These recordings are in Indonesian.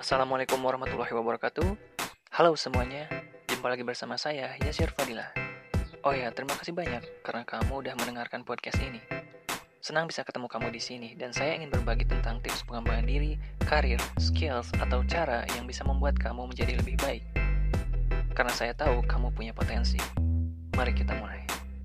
Assalamualaikum warahmatullahi wabarakatuh. Halo semuanya, jumpa lagi bersama saya, Yasir Fadila. Oh ya, terima kasih banyak karena kamu udah mendengarkan podcast ini. Senang bisa ketemu kamu di sini dan saya ingin berbagi tentang tips pengembangan diri, karir, skills, atau cara yang bisa membuat kamu menjadi lebih baik. Karena saya tahu kamu punya potensi. Mari kita mulai.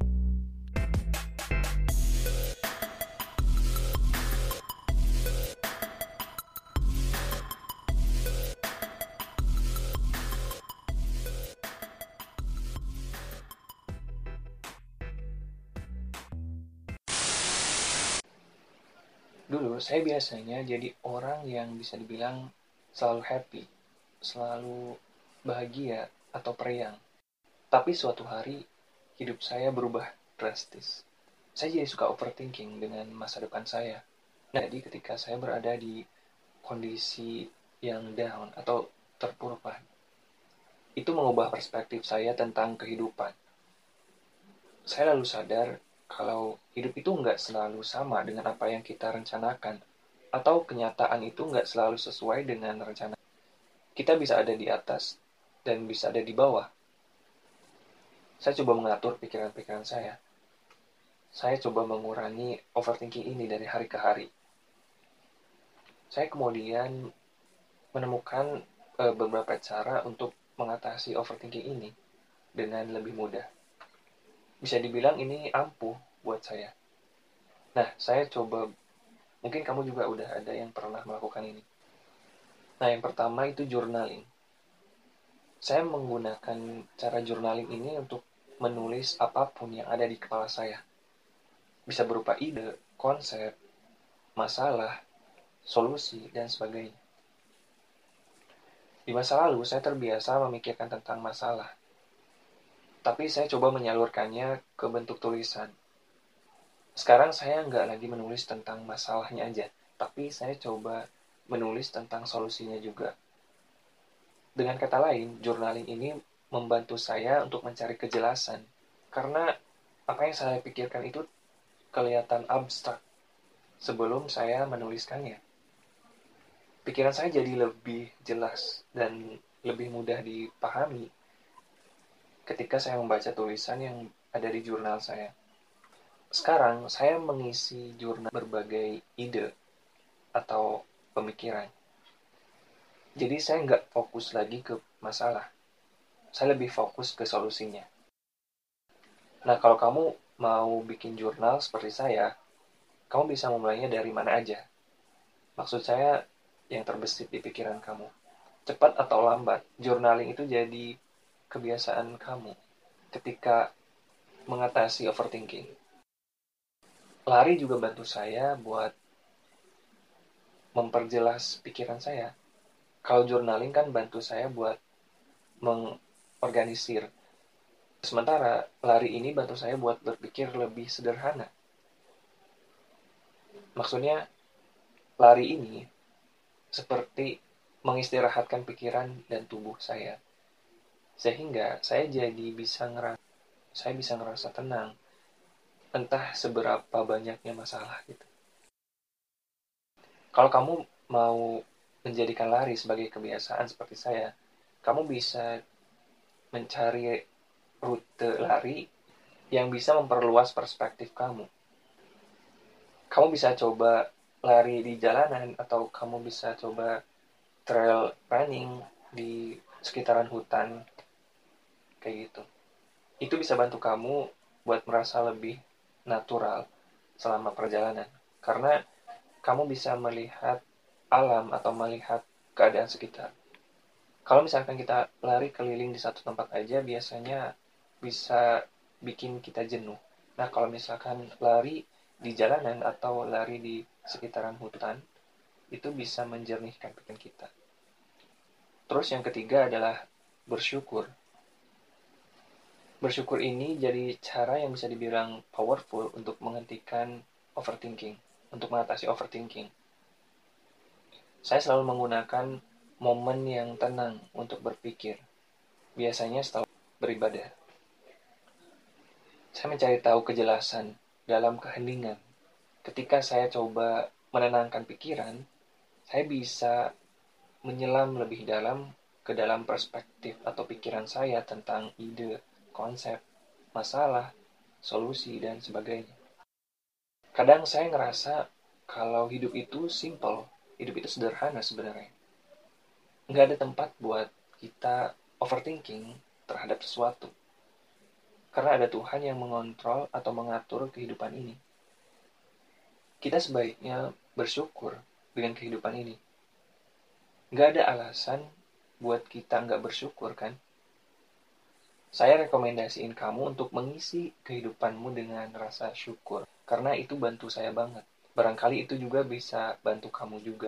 Dulu saya biasanya jadi orang yang bisa dibilang selalu happy, selalu bahagia atau periang. Tapi suatu hari hidup saya berubah drastis. Saya jadi suka overthinking dengan masa depan saya. Nah, jadi ketika saya berada di kondisi yang down atau terpuruk, itu mengubah perspektif saya tentang kehidupan. Saya lalu sadar kalau hidup itu nggak selalu sama dengan apa yang kita rencanakan, atau kenyataan itu nggak selalu sesuai dengan rencana. Kita bisa ada di atas dan bisa ada di bawah. Saya coba mengatur pikiran-pikiran saya. Saya coba mengurangi overthinking ini dari hari ke hari. Saya kemudian menemukan beberapa cara untuk mengatasi overthinking ini dengan lebih mudah. Bisa dibilang ini ampuh buat saya. Nah, saya coba, mungkin kamu juga udah ada yang pernah melakukan ini. Nah, yang pertama itu journaling. Saya menggunakan cara journaling ini untuk menulis apapun yang ada di kepala saya. Bisa berupa ide, konsep, masalah, solusi, dan sebagainya. Di masa lalu, saya terbiasa memikirkan tentang masalah. Tapi saya coba menyalurkannya ke bentuk tulisan. Sekarang saya nggak lagi menulis tentang masalahnya aja, tapi saya coba menulis tentang solusinya juga. Dengan kata lain, journaling ini membantu saya untuk mencari kejelasan. Karena apa yang saya pikirkan itu kelihatan abstrak sebelum saya menuliskannya. Pikiran saya jadi lebih jelas dan lebih mudah dipahami ketika saya membaca tulisan yang ada di jurnal saya. Sekarang saya mengisi jurnal berbagai ide atau pemikiran. Jadi saya nggak fokus lagi ke masalah. Saya lebih fokus ke solusinya. Nah, kalau kamu mau bikin jurnal seperti saya, kamu bisa memulainya dari mana aja. Maksud saya yang terbesit di pikiran kamu. Cepat atau lambat, journaling itu jadi kebiasaan kamu ketika mengatasi overthinking. Lari juga bantu saya buat memperjelas pikiran saya. Kalau journaling kan bantu saya buat mengorganisir. Sementara lari ini bantu saya buat berpikir lebih sederhana. Maksudnya lari ini seperti mengistirahatkan pikiran dan tubuh saya. Sehingga saya jadi bisa ngerasa tenang. Entah seberapa banyaknya masalah gitu. Kalau kamu mau menjadikan lari sebagai kebiasaan seperti saya, kamu bisa mencari rute lari yang bisa memperluas perspektif kamu. Kamu bisa coba lari di jalanan atau kamu bisa coba trail running di sekitaran hutan kayak gitu. Itu bisa bantu kamu buat merasa lebih natural selama perjalanan karena kamu bisa melihat alam atau melihat keadaan sekitar. Kalau misalkan kita lari keliling di satu tempat aja biasanya bisa bikin kita jenuh. Nah, kalau misalkan lari di jalanan atau lari di sekitaran hutan, itu bisa menjernihkan pikiran kita. Terus yang ketiga adalah bersyukur. Bersyukur ini jadi cara yang bisa dibilang powerful untuk menghentikan overthinking, untuk mengatasi overthinking. Saya selalu menggunakan momen yang tenang untuk berpikir. Biasanya setelah beribadah. Saya mencari tahu kejelasan dalam keheningan. Ketika saya coba menenangkan pikiran, saya bisa menyelam lebih dalam ke dalam perspektif atau pikiran saya tentang ide, konsep, masalah, solusi, dan sebagainya. Kadang saya ngerasa kalau hidup itu simple, hidup itu sederhana sebenarnya. Nggak ada tempat buat kita overthinking terhadap sesuatu. Karena ada Tuhan yang mengontrol atau mengatur kehidupan ini. Kita sebaiknya bersyukur dengan kehidupan ini. Nggak ada alasan buat kita nggak bersyukur, kan? Saya rekomendasiin kamu untuk mengisi kehidupanmu dengan rasa syukur. Karena itu bantu saya banget. Barangkali itu juga bisa bantu kamu juga.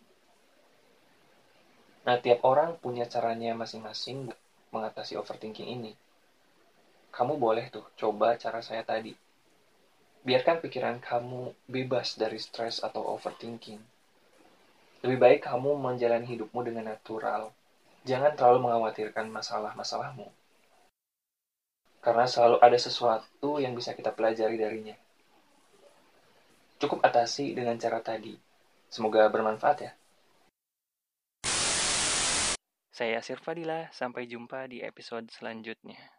Nah, tiap orang punya caranya masing-masing mengatasi overthinking ini. Kamu boleh tuh coba cara saya tadi. Biarkan pikiran kamu bebas dari stres atau overthinking. Lebih baik kamu menjalani hidupmu dengan natural. Jangan terlalu mengkhawatirkan masalah-masalahmu. Karena selalu ada sesuatu yang bisa kita pelajari darinya. Cukup atasi dengan cara tadi. Semoga bermanfaat ya. Saya Yasir Fadila, sampai jumpa di episode selanjutnya.